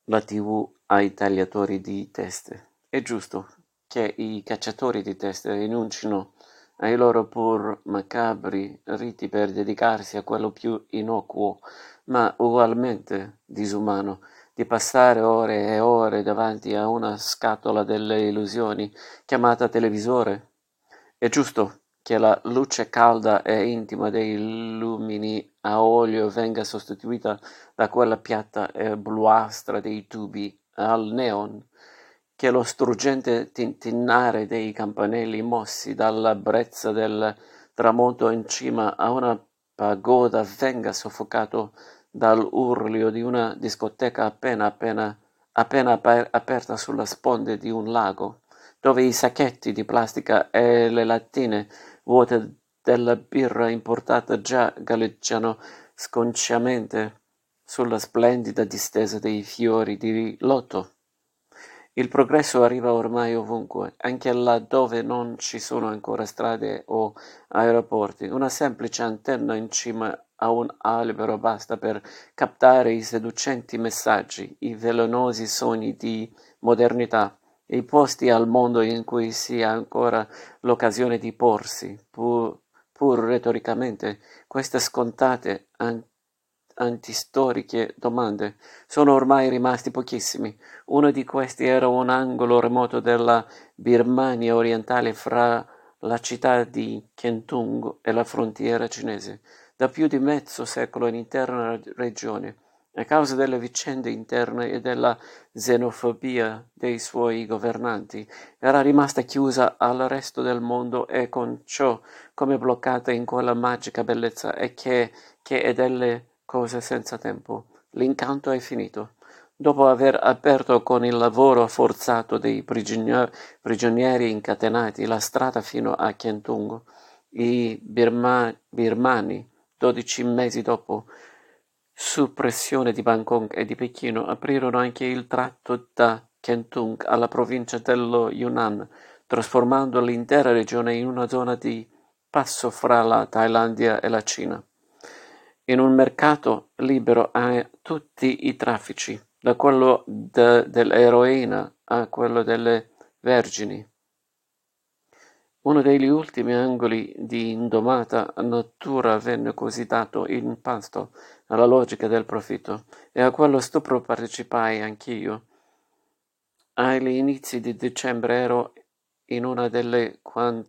la TV ai tagliatori di teste. È giusto che i cacciatori di teste rinuncino ai loro pur macabri riti per dedicarsi a quello più innocuo, ma ugualmente disumano, di passare ore e ore davanti a una scatola delle illusioni chiamata televisore. È giusto che la luce calda e intima dei lumini a olio venga sostituita da quella piatta e bluastra dei tubi al neon, che lo struggente tintinnare dei campanelli mossi dalla brezza del tramonto in cima a una pagoda venga soffocato dall'urlio di una discoteca appena aperta sulla sponde di un lago, dove i sacchetti di plastica e le lattine vuote della birra importata già galleggiano sconciamente sulla splendida distesa dei fiori di loto. Il progresso arriva ormai ovunque, anche là dove non ci sono ancora strade o aeroporti. Una semplice antenna in cima a un albero basta per captare i seducenti messaggi, i velenosi sogni di modernità, i posti al mondo in cui si ha ancora l'occasione di porsi, pur retoricamente, queste scontate antistoriche domande. Sono ormai rimasti pochissimi. Uno di questi era un angolo remoto della Birmania orientale fra la città di Kentung e la frontiera cinese. Da più di mezzo secolo l'intera regione, a causa delle vicende interne e della xenofobia dei suoi governanti, era rimasta chiusa al resto del mondo e con ciò come bloccata in quella magica bellezza e che è delle cose senza tempo. L'incanto è finito. Dopo aver aperto con il lavoro forzato dei prigionieri incatenati la strada fino a Kentung, i birmani, 12 mesi dopo, su pressione di Bangkok e di Pechino, aprirono anche il tratto da Kentung alla provincia dello Yunnan, trasformando l'intera regione in una zona di passo fra la Thailandia e la Cina, in un mercato libero a tutti i traffici, da quello dell'eroina a quello delle vergini. Uno degli ultimi angoli di indomata natura venne così dato in pasto alla logica del profitto, e a quello stupro partecipai anch'io. Agli inizi di dicembre ero in una delle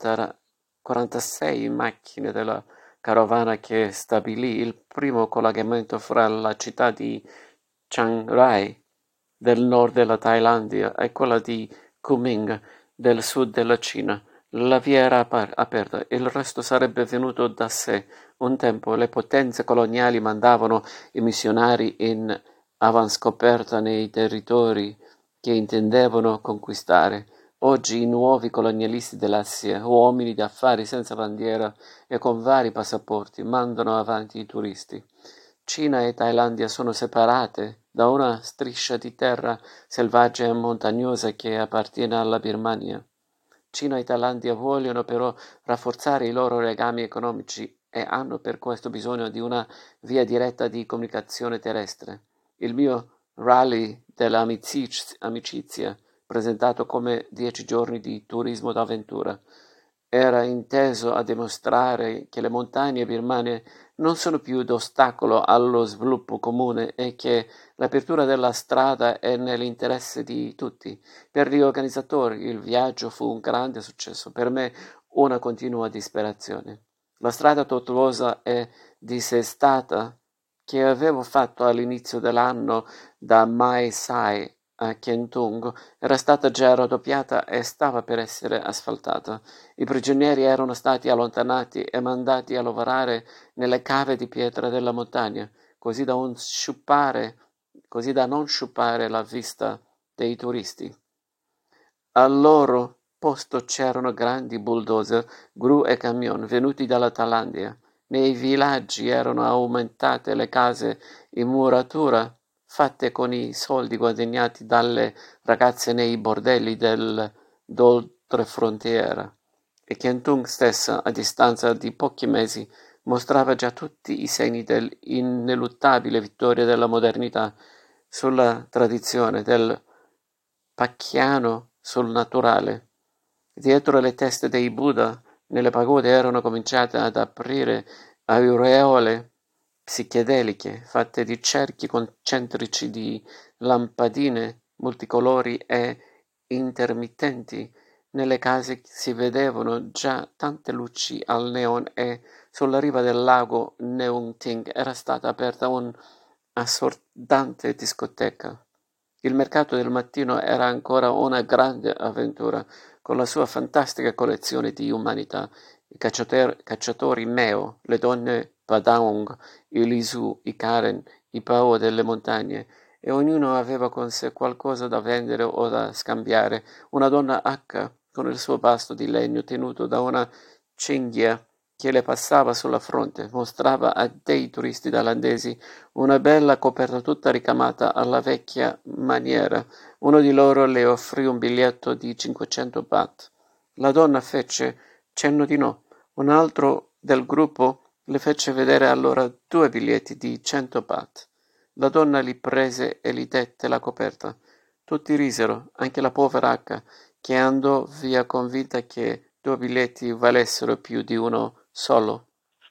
46 macchine della carovana che stabilì il primo collegamento fra la città di Chiang Rai del nord della Thailandia e quella di Kunming del sud della Cina. La via era aperta, il resto sarebbe venuto da sé. Un tempo le potenze coloniali mandavano i missionari in avanscoperta nei territori che intendevano conquistare. Oggi i nuovi colonialisti dell'Asia, uomini d'affari senza bandiera e con vari passaporti, mandano avanti i turisti. Cina e Thailandia sono separate da una striscia di terra selvaggia e montagnosa che appartiene alla Birmania. Cina e Thailandia vogliono però rafforzare i loro legami economici e hanno per questo bisogno di una via diretta di comunicazione terrestre. Il mio rally dell'amicizia, presentato come 10 giorni di turismo d'avventura, era inteso a dimostrare che le montagne birmane non sono più d'ostacolo allo sviluppo comune e che l'apertura della strada è nell'interesse di tutti. Per gli organizzatori il viaggio fu un grande successo, per me una continua disperazione. La strada tortuosa e dissestata che avevo fatto all'inizio dell'anno da Mae Sai a Kentung era stata già raddoppiata e stava per essere asfaltata. I prigionieri erano stati allontanati e mandati a lavorare nelle cave di pietra della montagna, così da non sciupare la vista dei turisti. Al loro posto c'erano grandi bulldozer, gru e camion venuti dalla Thailandia. Nei villaggi erano aumentate le case in muratura fatte con i soldi guadagnati dalle ragazze nei bordelli d'oltrefrontiera. E Kentung stessa, a distanza di pochi mesi, mostrava già tutti i segni dell'ineluttabile vittoria della modernità. sulla tradizione del pacchiano sul naturale. Dietro le teste dei Buddha, nelle pagode erano cominciate ad aprire aureole psichedeliche fatte di cerchi concentrici di lampadine multicolori e intermittenti. Nelle case si vedevano già tante luci al neon e sulla riva del lago Neunting era stata aperta un'assordante discoteca. Il mercato del mattino era ancora una grande avventura, con la sua fantastica collezione di umanità, i cacciatori Meo, le donne Padaong, i Lisu, i Karen, i Pao delle montagne, e ognuno aveva con sé qualcosa da vendere o da scambiare. Una donna H, con il suo basto di legno tenuto da una cinghia che le passava sulla fronte, mostrava a dei turisti thailandesi una bella coperta tutta ricamata alla vecchia maniera. Uno di loro le offrì un biglietto di 500 baht. La donna fece cenno di no. Un altro del gruppo le fece vedere allora 2 biglietti di 100 baht. La donna li prese e li dette la coperta. Tutti risero, anche la povera H, che andò via convinta che 2 biglietti valessero più di uno solo.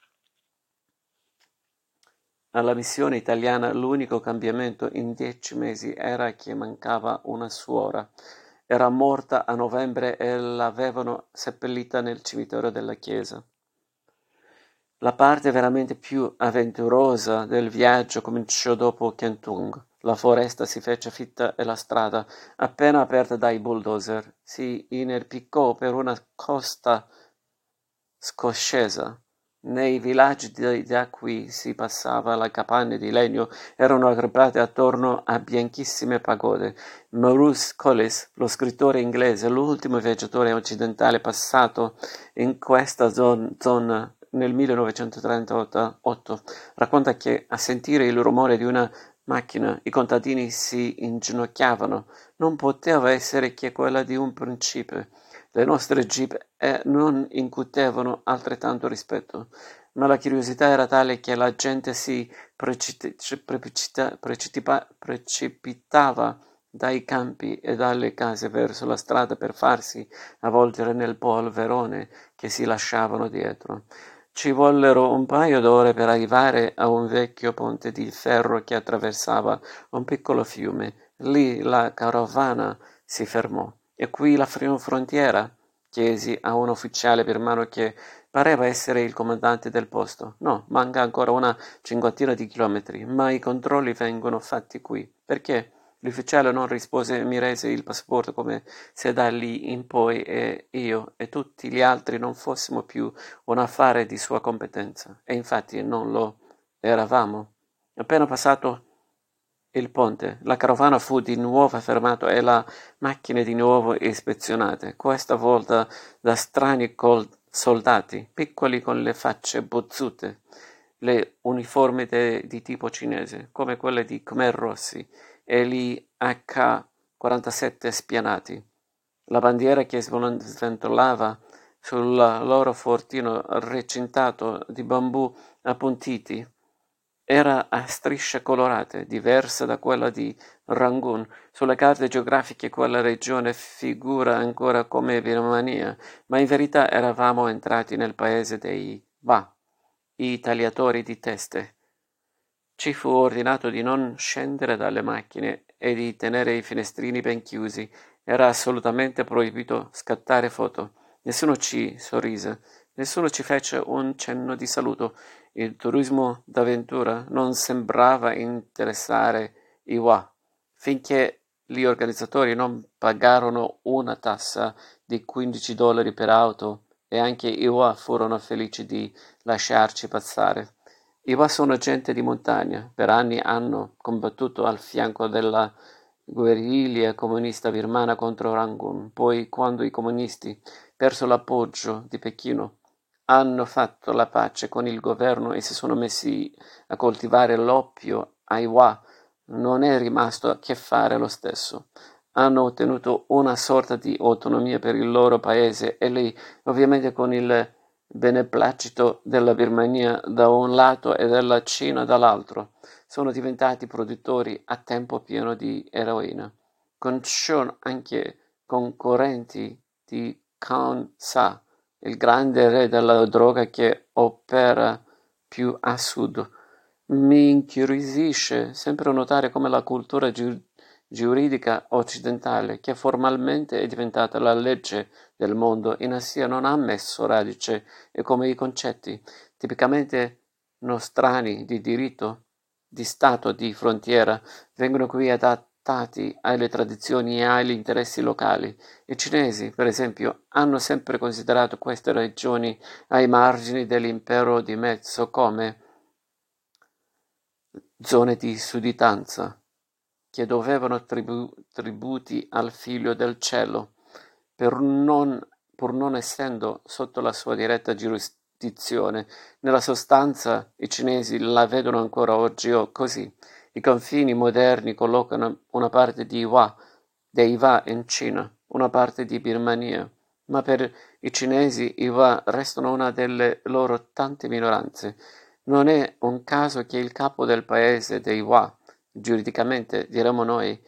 Alla missione italiana l'unico cambiamento in 10 mesi era che mancava una suora. Era morta a novembre e l'avevano seppellita nel cimitero della chiesa. La parte veramente più avventurosa del viaggio cominciò dopo Kentung. La foresta si fece fitta e la strada, appena aperta dai bulldozer, si inerpiccò per una costa scoscesa. Nei villaggi da cui si passava le capanne di legno erano aggreppate attorno a bianchissime pagode. Maurice Collis, lo scrittore inglese, l'ultimo viaggiatore occidentale passato in questa zona nel 1938, racconta che a sentire il rumore di una macchina i contadini si inginocchiavano. Non poteva essere che quella di un principe. Le nostre jeep non incutevano altrettanto rispetto, ma la curiosità era tale che la gente si precipitava dai campi e dalle case verso la strada per farsi avvolgere nel polverone che si lasciavano dietro. Ci vollero un paio d'ore per arrivare a un vecchio ponte di ferro che attraversava un piccolo fiume. Lì la carovana si fermò. «E qui la frontiera?» chiesi a un ufficiale birmano che pareva essere il comandante del posto. «No, manca ancora una cinquantina di chilometri, ma i controlli vengono fatti qui». «Perché?» L'ufficiale non rispose e mi rese il passaporto come se da lì in poi io e tutti gli altri non fossimo più un affare di sua competenza. E infatti non lo eravamo. Appena passato il ponte, la carovana fu di nuovo fermata e le macchine di nuovo ispezionate, questa volta da strani soldati, piccoli con le facce bozzute, le uniformi di tipo cinese, come quelle di Khmer Rossi, e gli AK-47 spianati. La bandiera che sventolava sul loro fortino recintato di bambù appuntiti era a strisce colorate, diversa da quella di Rangoon. Sulle carte geografiche quella regione figura ancora come Birmania, ma in verità eravamo entrati nel paese dei Ba, i tagliatori di teste. Ci fu ordinato di non scendere dalle macchine e di tenere i finestrini ben chiusi. Era assolutamente proibito scattare foto. Nessuno ci sorrise, nessuno ci fece un cenno di saluto. Il turismo d'avventura non sembrava interessare i Wa, finché gli organizzatori non pagarono una tassa di $15 per auto e anche i Wa furono felici di lasciarci passare. I Wa sono gente di montagna, per anni hanno combattuto al fianco della guerriglia comunista birmana contro Rangoon, poi quando i comunisti persero l'appoggio di Pechino hanno fatto la pace con il governo e si sono messi a coltivare l'oppio ai Wa, non è rimasto che fare lo stesso. Hanno ottenuto una sorta di autonomia per il loro paese e lì, ovviamente con il beneplacito della Birmania da un lato e della Cina dall'altro, sono diventati produttori a tempo pieno di eroina, con ciò anche concorrenti di Khan Sa, il grande re della droga che opera più a sud. Mi incuriosisce sempre notare come la cultura giuridica occidentale, che formalmente è diventata la legge del mondo, in Asia non ha messo radice e come i concetti, tipicamente nostrani di diritto, di Stato, di frontiera, vengono qui adattati alle tradizioni e agli interessi locali. I cinesi, per esempio, hanno sempre considerato queste regioni ai margini dell'impero di mezzo come zone di sudditanza, che dovevano tributi al Figlio del Cielo, per non- pur non essendo sotto la sua diretta giurisdizione. Nella sostanza, i cinesi la vedono ancora oggi così. I confini moderni collocano una parte dei Wa in Cina, una parte di Birmania, ma per i cinesi i Wa restano una delle loro tante minoranze. Non è un caso che il capo del paese dei Wa, giuridicamente diremmo noi,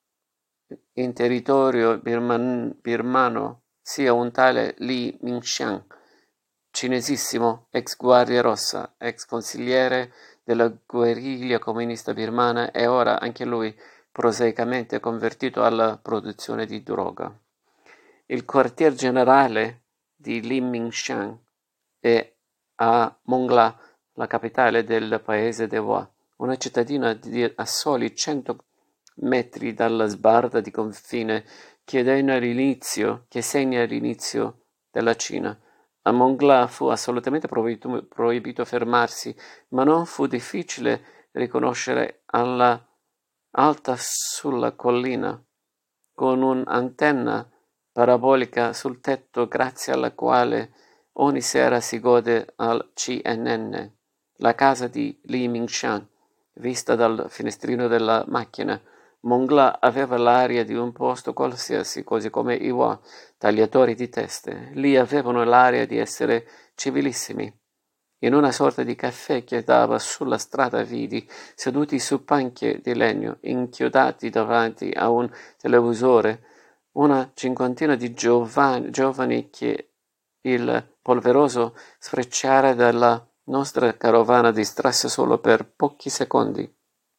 in territorio birmano, sia un tale Li Mingxiang, cinesissimo, ex Guardia Rossa, ex consigliere della guerriglia comunista birmana e ora anche lui prosaicamente convertito alla produzione di droga. Il quartier generale di Li Mingxiang è a Mongla, la capitale del paese Dewa, una cittadina a soli 100 metri dalla sbarra di confine che segna l'inizio della Cina. A Mongla fu assolutamente proibito fermarsi, ma non fu difficile riconoscere alla alta sulla collina, con un'antenna parabolica sul tetto grazie alla quale ogni sera si gode al CNN, la casa di Li Mingxiang, vista dal finestrino della macchina. Mongla aveva l'aria di un posto qualsiasi, così come i Wa, tagliatori di teste. Lì avevano l'aria di essere civilissimi. In una sorta di caffè che dava sulla strada vidi, seduti su panche di legno, inchiodati davanti a un televisore, una cinquantina di giovani che il polveroso sfrecciare della nostra carovana distrasse solo per pochi secondi.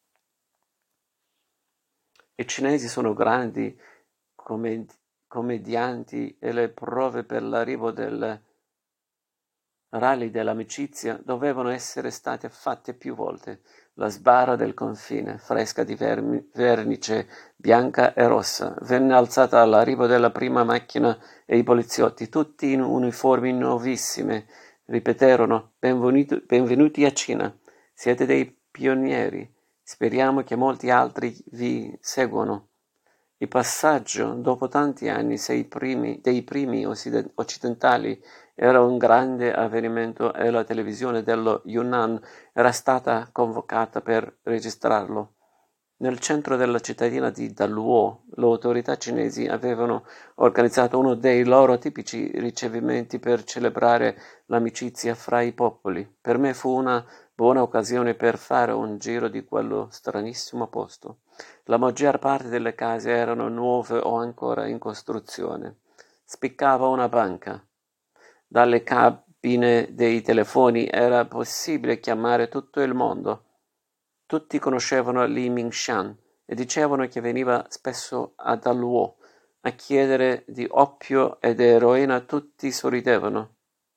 I cinesi sono grandi commedianti e le prove per l'arrivo del rally dell'amicizia dovevano essere state fatte più volte. La sbarra del confine, fresca di vernice bianca e rossa, venne alzata all'arrivo della prima macchina e i poliziotti, tutti in uniformi nuovissime, ripeterono: Benvenuti a Cina, siete dei pionieri, speriamo che molti altri vi seguano. Il passaggio, dopo tanti anni, dei primi occidentali era un grande avvenimento e la televisione dello Yunnan era stata convocata per registrarlo. Nel centro della cittadina di Daluo, le autorità cinesi avevano organizzato uno dei loro tipici ricevimenti per celebrare l'amicizia fra i popoli. Per me fu una buona occasione per fare un giro di quello stranissimo posto. La maggior parte delle case erano nuove o ancora in costruzione. Spiccava una banca. Dalle cabine dei telefoni era possibile chiamare tutto il mondo. Tutti conoscevano Li Mingshan e dicevano che veniva spesso a Daluo a chiedere di oppio ed eroina. Tutti sorridevano.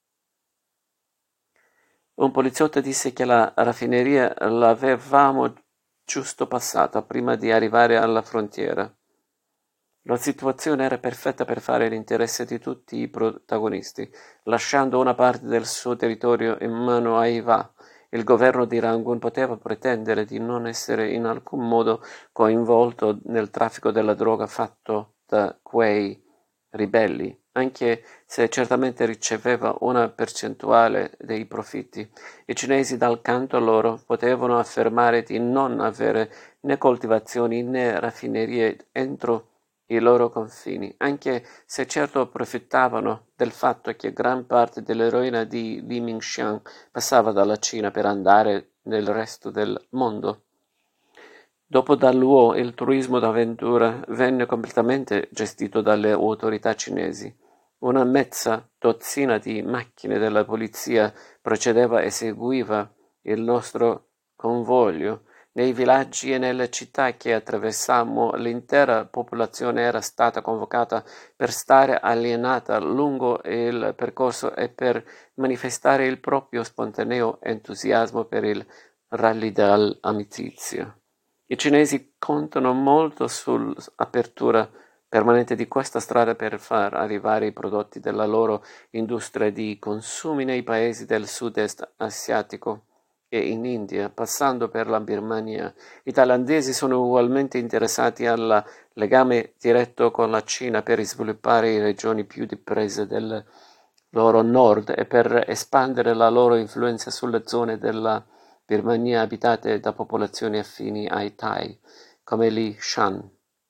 Un poliziotto disse che la raffineria l'avevamo giusto passata prima di arrivare alla frontiera. La situazione era perfetta per fare l'interesse di tutti i protagonisti, lasciando una parte del suo territorio in mano ai Va. Il governo di Rangoon poteva pretendere di non essere in alcun modo coinvolto nel traffico della droga fatto da quei ribelli, anche se certamente riceveva una percentuale dei profitti. I cinesi, dal canto loro, potevano affermare di non avere né coltivazioni né raffinerie entro i loro confini, anche se certo approfittavano del fatto che gran parte dell'eroina di Li Mingxiang passava dalla Cina per andare nel resto del mondo. Dopo Daluo il turismo d'avventura venne completamente gestito dalle autorità cinesi. Una mezza dozzina di macchine della polizia procedeva e seguiva il nostro convoglio. Nei villaggi e nelle città che attraversammo, l'intera popolazione era stata convocata per stare alienata lungo il percorso e per manifestare il proprio spontaneo entusiasmo per il rally dell'amicizia. I cinesi contano molto sull'apertura permanente di questa strada per far arrivare i prodotti della loro industria di consumi nei paesi del sud-est asiatico e in India, passando per la Birmania. I thailandesi sono ugualmente interessati al legame diretto con la Cina per sviluppare le regioni più diprese del loro nord e per espandere la loro influenza sulle zone della Birmania abitate da popolazioni affini ai Thai, come gli Shan.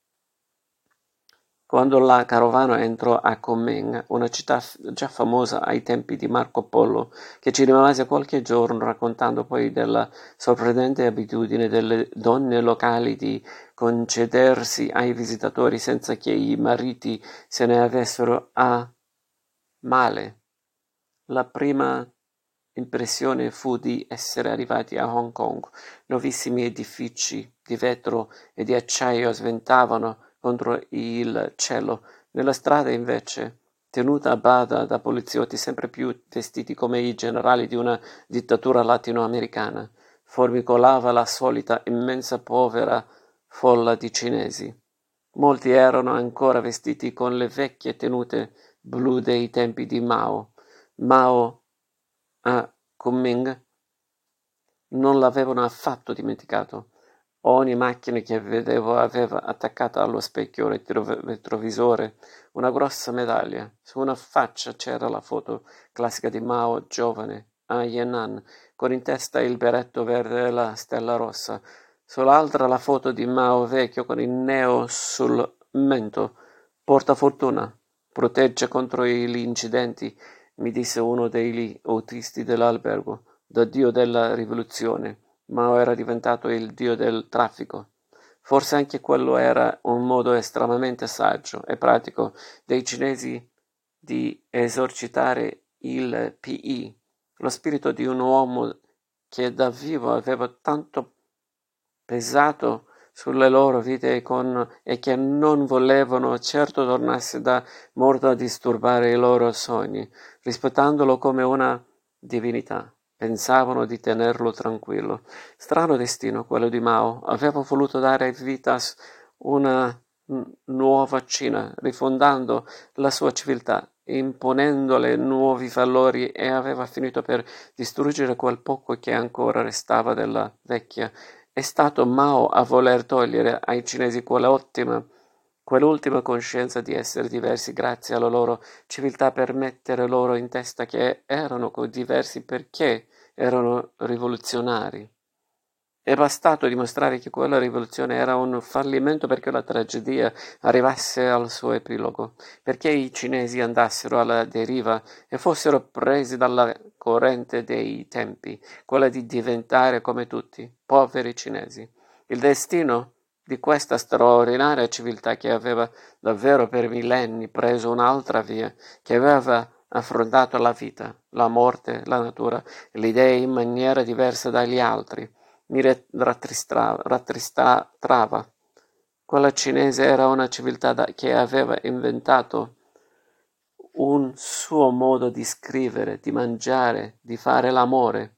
Quando la carovana entrò a Kunming, una città già famosa ai tempi di Marco Polo, che ci rimase qualche giorno raccontando poi della sorprendente abitudine delle donne locali di concedersi ai visitatori senza che i mariti se ne avessero a male. La prima impressione fu di essere arrivati a Hong Kong. Nuovissimi edifici di vetro e di acciaio sventavano contro il cielo. Nella strada, invece, tenuta a bada da poliziotti sempre più vestiti come i generali di una dittatura latinoamericana, formicolava la solita immensa povera folla di cinesi. Molti erano ancora vestiti con le vecchie tenute blu dei tempi di Mao. Mao a Kunming non l'avevano affatto dimenticato. Ogni macchina che vedevo aveva attaccata allo specchio retrovisore una grossa medaglia. Su una faccia c'era la foto classica di Mao giovane a Yan'an, con in testa il berretto verde e la stella rossa. Sull'altra la foto di Mao vecchio con il neo sul mento. Porta fortuna, protegge contro gli incidenti, mi disse uno degli autisti dell'albergo. Da dio della rivoluzione. Mao era diventato il dio del traffico. Forse anche quello era un modo estremamente saggio e pratico dei cinesi di esorcitare il PI, lo spirito di un uomo che da vivo aveva tanto pesato sulle loro vite e che non volevano certo tornasse da morto a disturbare i loro sogni, rispettandolo come una divinità. Pensavano di tenerlo tranquillo. Strano destino quello di Mao. Aveva voluto dare vita a una nuova Cina, rifondando la sua civiltà, imponendole nuovi valori e aveva finito per distruggere quel poco che ancora restava della vecchia. È stato Mao a voler togliere ai cinesi quell'ultima coscienza di essere diversi grazie alla loro civiltà per mettere loro in testa che erano diversi perché erano rivoluzionari. È bastato dimostrare che quella rivoluzione era un fallimento perché la tragedia arrivasse al suo epilogo, perché i cinesi andassero alla deriva e fossero presi dalla corrente dei tempi, quella di diventare come tutti, poveri cinesi. Il destino di questa straordinaria civiltà che aveva davvero per millenni preso un'altra via, che aveva affrontato la vita, la morte, la natura e le idee in maniera diversa dagli altri mi rattristava. Quella cinese era una civiltà che aveva inventato un suo modo di scrivere, di mangiare, di fare l'amore,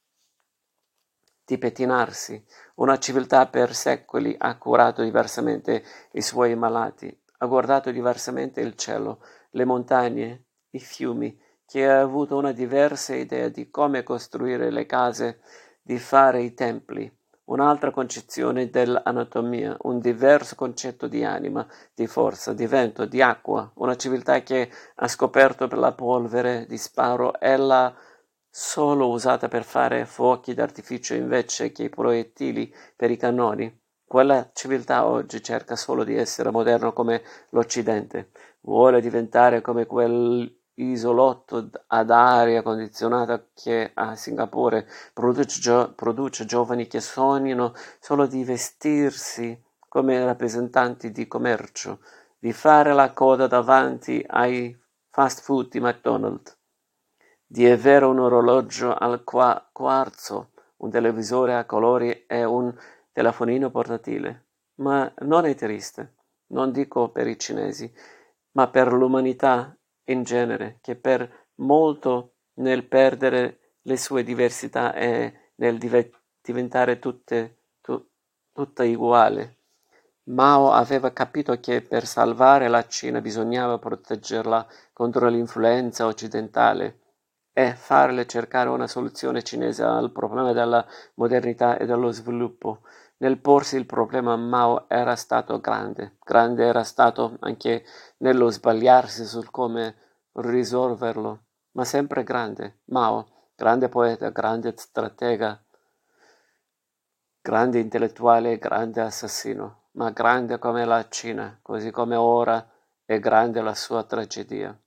di pettinarsi. Una civiltà per secoli ha curato diversamente i suoi malati, ha guardato diversamente il cielo, le montagne, i fiumi, che ha avuto una diversa idea di come costruire le case, di fare i templi, un'altra concezione dell'anatomia, un diverso concetto di anima, di forza, di vento, di acqua, una civiltà che ha scoperto per la polvere di sparo e l'ha solo usata per fare fuochi d'artificio invece che i proiettili per i cannoni. Quella civiltà oggi cerca solo di essere moderno come l'Occidente, vuole diventare come quell'isolotto ad aria condizionata che a Singapore produce giovani che sognano solo di vestirsi come rappresentanti di commercio, di fare la coda davanti ai fast food di McDonald's, di avere un orologio al quarzo, un televisore a colori e un telefonino portatile. Ma non è triste, non dico per i cinesi, ma per l'umanità in genere, che per molto nel perdere le sue diversità e nel diventare tutta uguale. Mao aveva capito che per salvare la Cina bisognava proteggerla contro l'influenza occidentale e farle cercare una soluzione cinese al problema della modernità e dello sviluppo. Nel porsi il problema Mao era stato grande, grande era stato anche nello sbagliarsi sul come risolverlo, ma sempre grande. Mao, grande poeta, grande stratega, grande intellettuale e grande assassino, ma grande come la Cina, così come ora è grande la sua tragedia.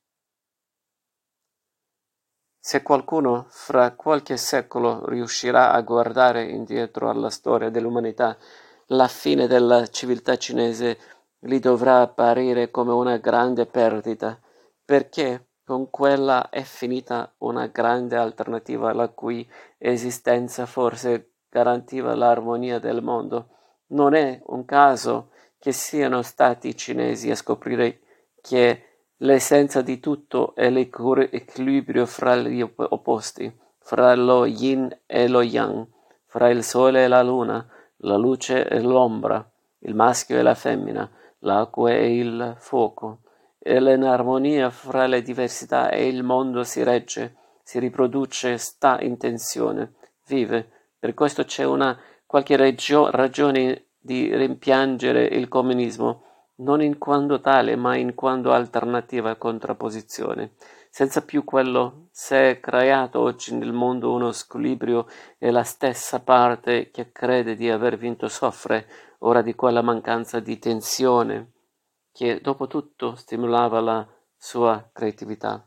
Se qualcuno fra qualche secolo riuscirà a guardare indietro alla storia dell'umanità, la fine della civiltà cinese gli dovrà apparire come una grande perdita, perché con quella è finita una grande alternativa la cui esistenza forse garantiva l'armonia del mondo. Non è un caso che siano stati i cinesi a scoprire che l'essenza di tutto è l'equilibrio fra gli opposti, fra lo yin e lo yang, fra il sole e la luce e l'ombra, il maschio e la femmina, l'acqua e il fuoco. E l'armonia fra le diversità e il mondo si regge, si riproduce, sta in tensione, vive. Per questo c'è una qualche ragione di rimpiangere il comunismo, non in quanto tale, ma in quanto alternativa e contrapposizione. Senza più quello, si è creato oggi nel mondo uno squilibrio e la stessa parte che crede di aver vinto soffre ora di quella mancanza di tensione che dopo tutto stimolava la sua creatività.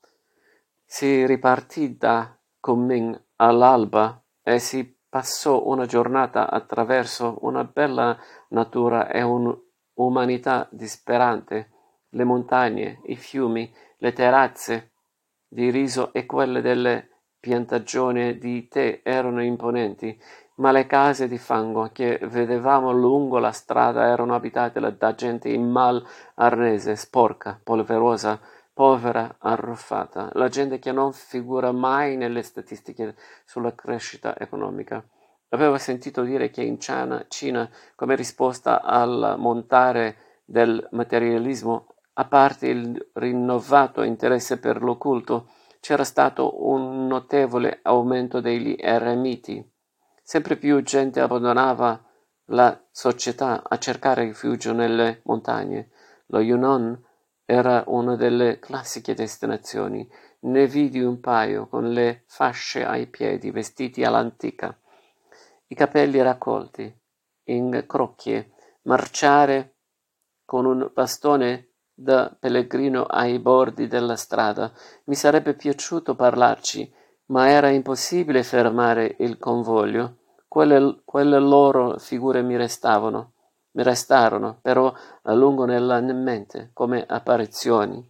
Si ripartì da Kunming all'alba e si passò una giornata attraverso una bella natura e un'umanità disperante, le montagne, i fiumi, le terrazze di riso e quelle delle piantagioni di tè erano imponenti, ma le case di fango che vedevamo lungo la strada erano abitate da gente in mal arnese, sporca, polverosa, povera, arruffata, la gente che non figura mai nelle statistiche sulla crescita economica. Avevo sentito dire che in Cina, come risposta al montare del materialismo, a parte il rinnovato interesse per l'occulto, c'era stato un notevole aumento degli eremiti. Sempre più gente abbandonava la società a cercare rifugio nelle montagne. Lo Yunnan era una delle classiche destinazioni. Ne vidi un paio con le fasce ai piedi, vestiti all'antica, i capelli raccolti in crocchie, marciare con un bastone da pellegrino ai bordi della strada. Mi sarebbe piaciuto parlarci, ma era impossibile fermare il convoglio. Quelle loro figure mi restarono però a lungo nella mente, come apparizioni.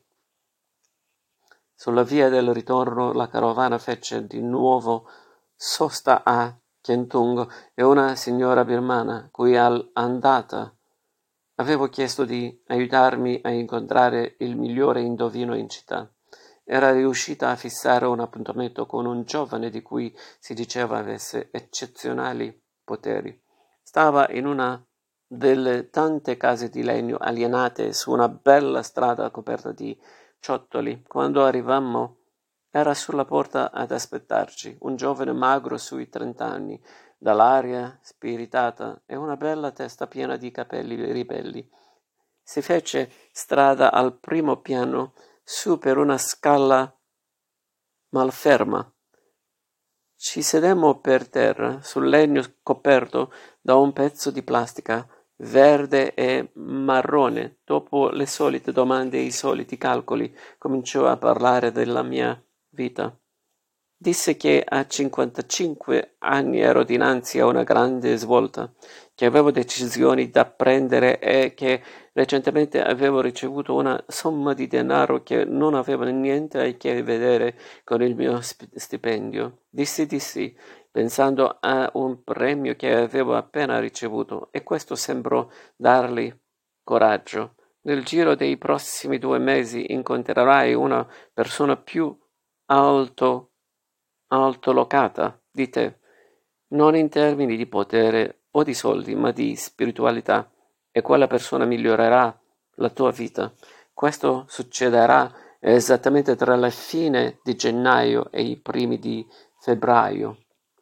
Sulla via del ritorno la carovana fece di nuovo sosta a Kentung e una signora birmana, cui andata avevo chiesto di aiutarmi a incontrare il migliore indovino in città. Era riuscita a fissare un appuntamento con un giovane di cui si diceva avesse eccezionali poteri. Stava in una delle tante case di legno alienate su una bella strada coperta di ciottoli. Quando arrivammo, era sulla porta ad aspettarci, un giovane magro sui 30 anni, dall'aria spiritata e una bella testa piena di capelli ribelli. Si fece strada al primo piano, su per una scala malferma. Ci sedemmo per terra, sul legno coperto da un pezzo di plastica verde e marrone. Dopo le solite domande e i soliti calcoli, cominciò a parlare della mia vita. Disse che a 55 anni ero dinanzi a una grande svolta, che avevo decisioni da prendere e che recentemente avevo ricevuto una somma di denaro che non aveva niente a che vedere con il mio stipendio. Dissi di sì, pensando a un premio che avevo appena ricevuto, e questo sembrò dargli coraggio. Nel giro dei prossimi 2 mesi incontrerai una persona più alto altolocata di te, non in termini di potere o di soldi, ma di spiritualità, e quella persona migliorerà la tua vita. Questo succederà esattamente tra la fine di gennaio e i primi di febbraio.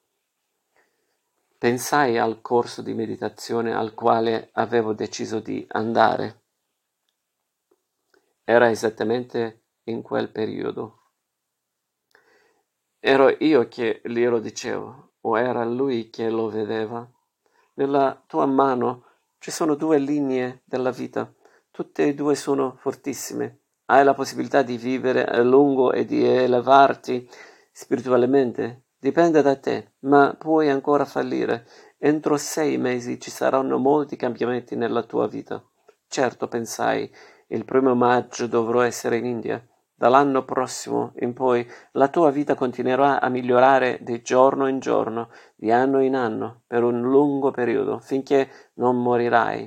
Pensai al corso di meditazione al quale avevo deciso di andare. Era esattamente in quel periodo. Ero io che glielo dicevo, o era lui che lo vedeva? Nella tua mano ci sono 2 linee della vita, tutte e 2 sono fortissime. Hai la possibilità di vivere a lungo e di elevarti spiritualmente. Dipende da te, ma puoi ancora fallire. Entro 6 mesi ci saranno molti cambiamenti nella tua vita. Certo, pensai, il 1° maggio dovrò essere in India. Dall'anno prossimo in poi la tua vita continuerà a migliorare di giorno in giorno, di anno in anno, per un lungo periodo, finché non morirai.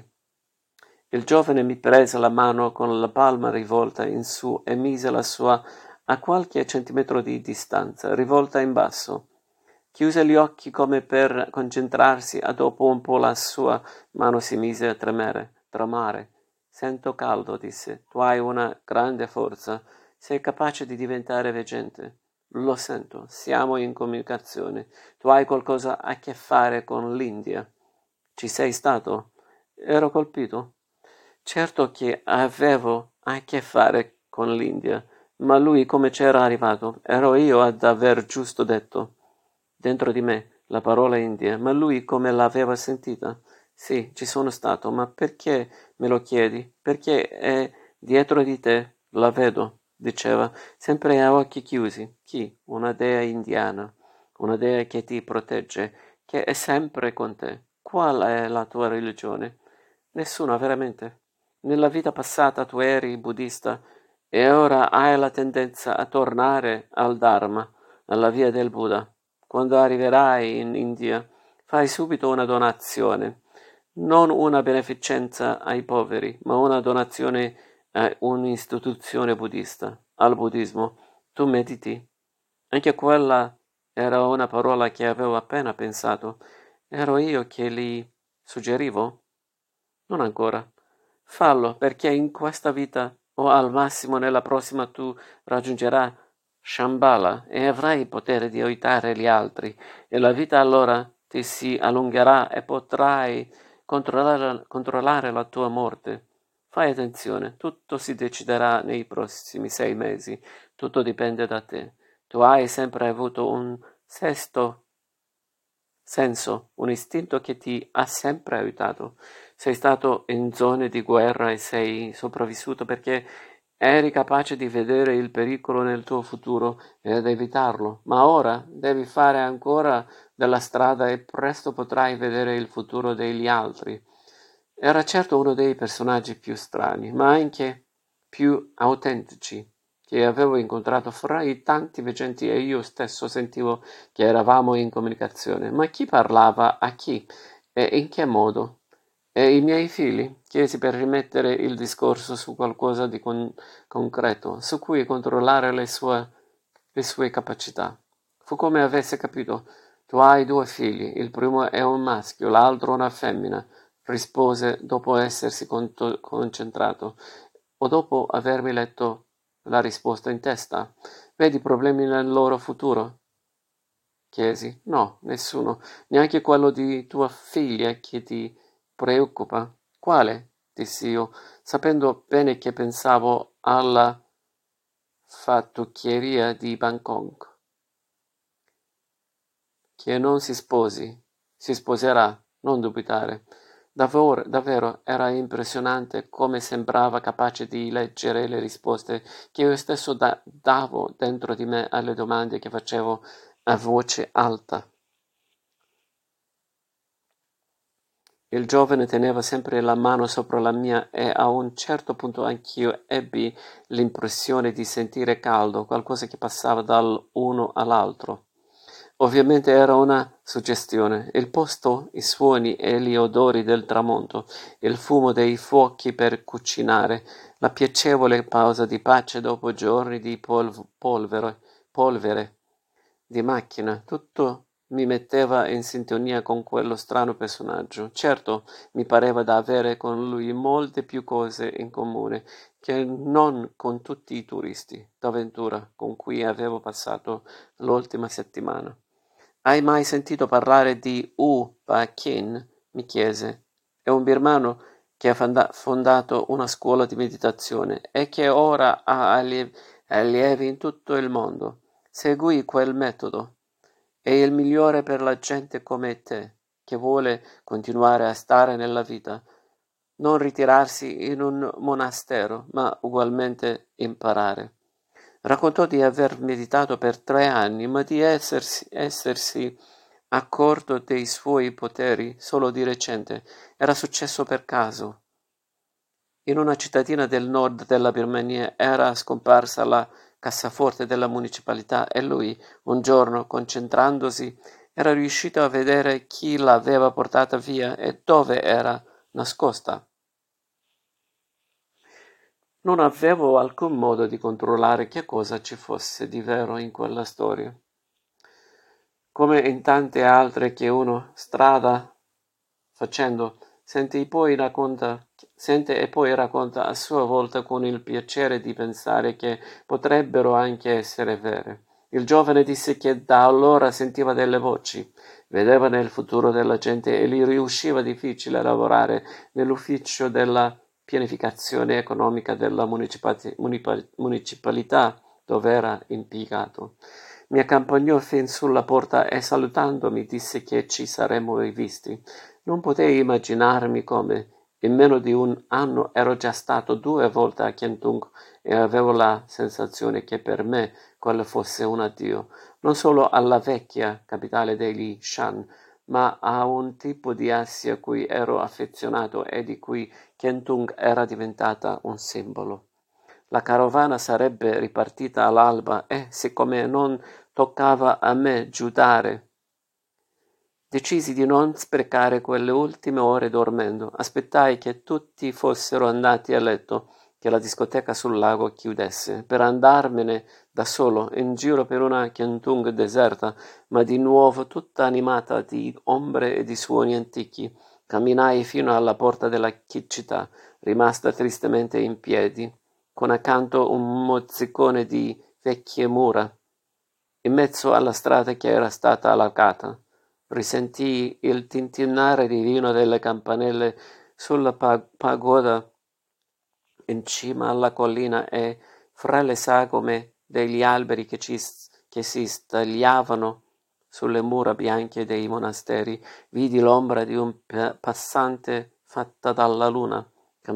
Il giovane mi prese la mano con la palma rivolta in su e mise la sua a qualche centimetro di distanza, rivolta in basso. Chiuse gli occhi come per concentrarsi e dopo un po' la sua mano si mise a tremare. Sento caldo, disse. Tu hai una grande forza. Sei capace di diventare veggente. Lo sento, siamo in comunicazione. Tu hai qualcosa a che fare con l'India. Ci sei stato? Ero colpito. Certo che avevo a che fare con l'India, ma lui come c'era arrivato? Ero io ad aver giusto detto dentro di me la parola India, ma lui come l'aveva sentita? Sì, ci sono stato, ma perché me lo chiedi? Perché è dietro di te, la vedo, diceva, sempre a occhi chiusi. Chi? Una dea indiana, una dea che ti protegge, che è sempre con te. Qual è la tua religione? Nessuna, veramente. Nella vita passata tu eri buddista e ora hai la tendenza a tornare al Dharma, alla via del Buddha. Quando arriverai in India, fai subito una donazione, non una beneficenza ai poveri, ma una donazione a un'istituzione buddista, al buddismo. Tu mediti. Anche quella era una parola che avevo appena pensato. Ero io che li suggerivo? Non ancora. Fallo, perché in questa vita o al massimo nella prossima tu raggiungerai Shambhala e avrai il potere di aiutare gli altri e la vita allora ti si allungherà e potrai controllare la tua morte. Fai attenzione, tutto si deciderà nei prossimi 6 mesi, tutto dipende da te. Tu hai sempre avuto un sesto senso, un istinto che ti ha sempre aiutato. Sei stato in zone di guerra e sei sopravvissuto perché eri capace di vedere il pericolo nel tuo futuro ed evitarlo, ma ora devi fare ancora della strada e presto potrai vedere il futuro degli altri. Era certo uno dei personaggi più strani, ma anche più autentici che avevo incontrato fra i tanti veggenti e io stesso sentivo che eravamo in comunicazione. Ma chi parlava a chi e in che modo? E i miei figli? Chiesi per rimettere il discorso su qualcosa di concreto, su cui controllare le sue capacità. Fu come avesse capito. Tu hai 2 figli, il primo è un maschio, l'altro una femmina, rispose dopo essersi concentrato, o dopo avermi letto la risposta in testa. Vedi problemi nel loro futuro? Chiesi. No, nessuno, neanche quello di tua figlia che ti preoccupa. Quale? Dissi io, sapendo bene che pensavo alla fattucchieria di Bangkok. che non si sposi, si sposerà, non dubitare. Davvero era impressionante come sembrava capace di leggere le risposte che io stesso davo dentro di me alle domande che facevo a voce alta. Il giovane teneva sempre la mano sopra la mia e a un certo punto anch'io ebbi l'impressione di sentire caldo, qualcosa che passava dall'uno all'altro. Ovviamente era una suggestione. Il posto, i suoni e gli odori del tramonto, il fumo dei fuochi per cucinare, la piacevole pausa di pace dopo giorni di polvere di macchina, tutto mi metteva in sintonia con quello strano personaggio. Certo, mi pareva da avere con lui molte più cose in comune che non con tutti i turisti d'avventura con cui avevo passato l'ultima settimana. Hai mai sentito parlare di Ba Kin? Mi chiese. È un birmano che ha fondato una scuola di meditazione e che ora ha allievi in tutto il mondo. Segui quel metodo. È il migliore per la gente come te, che vuole continuare a stare nella vita, non ritirarsi in un monastero, ma ugualmente imparare. Raccontò di aver meditato per 3 anni, ma di essersi accorto dei suoi poteri solo di recente. Era successo per caso. In una cittadina del nord della Birmania era scomparsa la cassaforte della municipalità e lui, un giorno, concentrandosi, era riuscito a vedere chi l'aveva portata via e dove era nascosta. Non avevo alcun modo di controllare che cosa ci fosse di vero in quella storia. Come in tante altre che uno strada facendo, sente e poi racconta a sua volta con il piacere di pensare che potrebbero anche essere vere. Il giovane disse che da allora sentiva delle voci, vedeva nel futuro della gente e gli riusciva difficile lavorare nell'ufficio della pianificazione economica della municipalità dove era impiegato. Mi accompagnò fin sulla porta e salutandomi disse che ci saremmo rivisti. Non potei immaginarmi come. In meno di un anno ero già stato 2 volte a Kentung e avevo la sensazione che per me quello fosse un addio, non solo alla vecchia capitale degli Shan, ma a un tipo di Asia a cui ero affezionato e di cui Kentung era diventata un simbolo. La carovana sarebbe ripartita all'alba e, siccome non toccava a me giudare, decisi di non sprecare quelle ultime ore dormendo. Aspettai che tutti fossero andati a letto, che la discoteca sul lago chiudesse, per andarmene da solo in giro per una Kentung deserta, ma di nuovo tutta animata di ombre e di suoni antichi. Camminai fino alla porta della città, rimasta tristemente in piedi, con accanto un mozzicone di vecchie mura, in mezzo alla strada che era stata allargata. Risentii il tintinnare divino delle campanelle sulla pagoda in cima alla collina e fra le sagome degli alberi che si stagliavano sulle mura bianche dei monasteri, vidi l'ombra di un passante fatta dalla luna.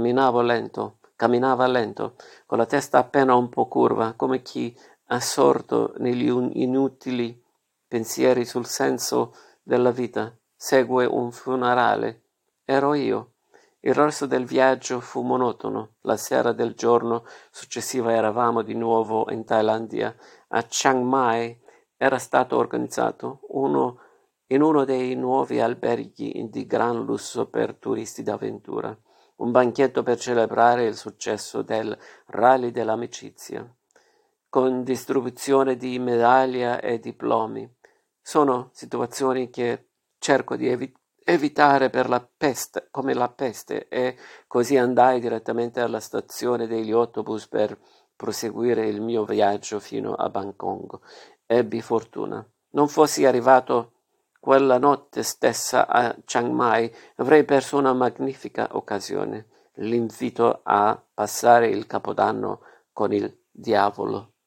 Camminava lento, con la testa appena un po' curva, come chi, assorto negli inutili pensieri sul senso della vita, segue un funerale. Ero io. Il resto del viaggio fu monotono. La sera del giorno successivo eravamo di nuovo in Thailandia. A Chiang Mai era stato organizzato in uno dei nuovi alberghi di gran lusso per turisti d'avventura, un banchetto per celebrare il successo del Rally dell'Amicizia, con distribuzione di medaglie e diplomi. Sono situazioni che cerco di evitare per la peste, come la peste, e così andai direttamente alla stazione degli autobus per proseguire il mio viaggio fino a Bangkok. Ebbi fortuna. Non fossi arrivato quella notte stessa a Chiang Mai, avrei perso una magnifica occasione, l'invito a passare il Capodanno con il diavolo.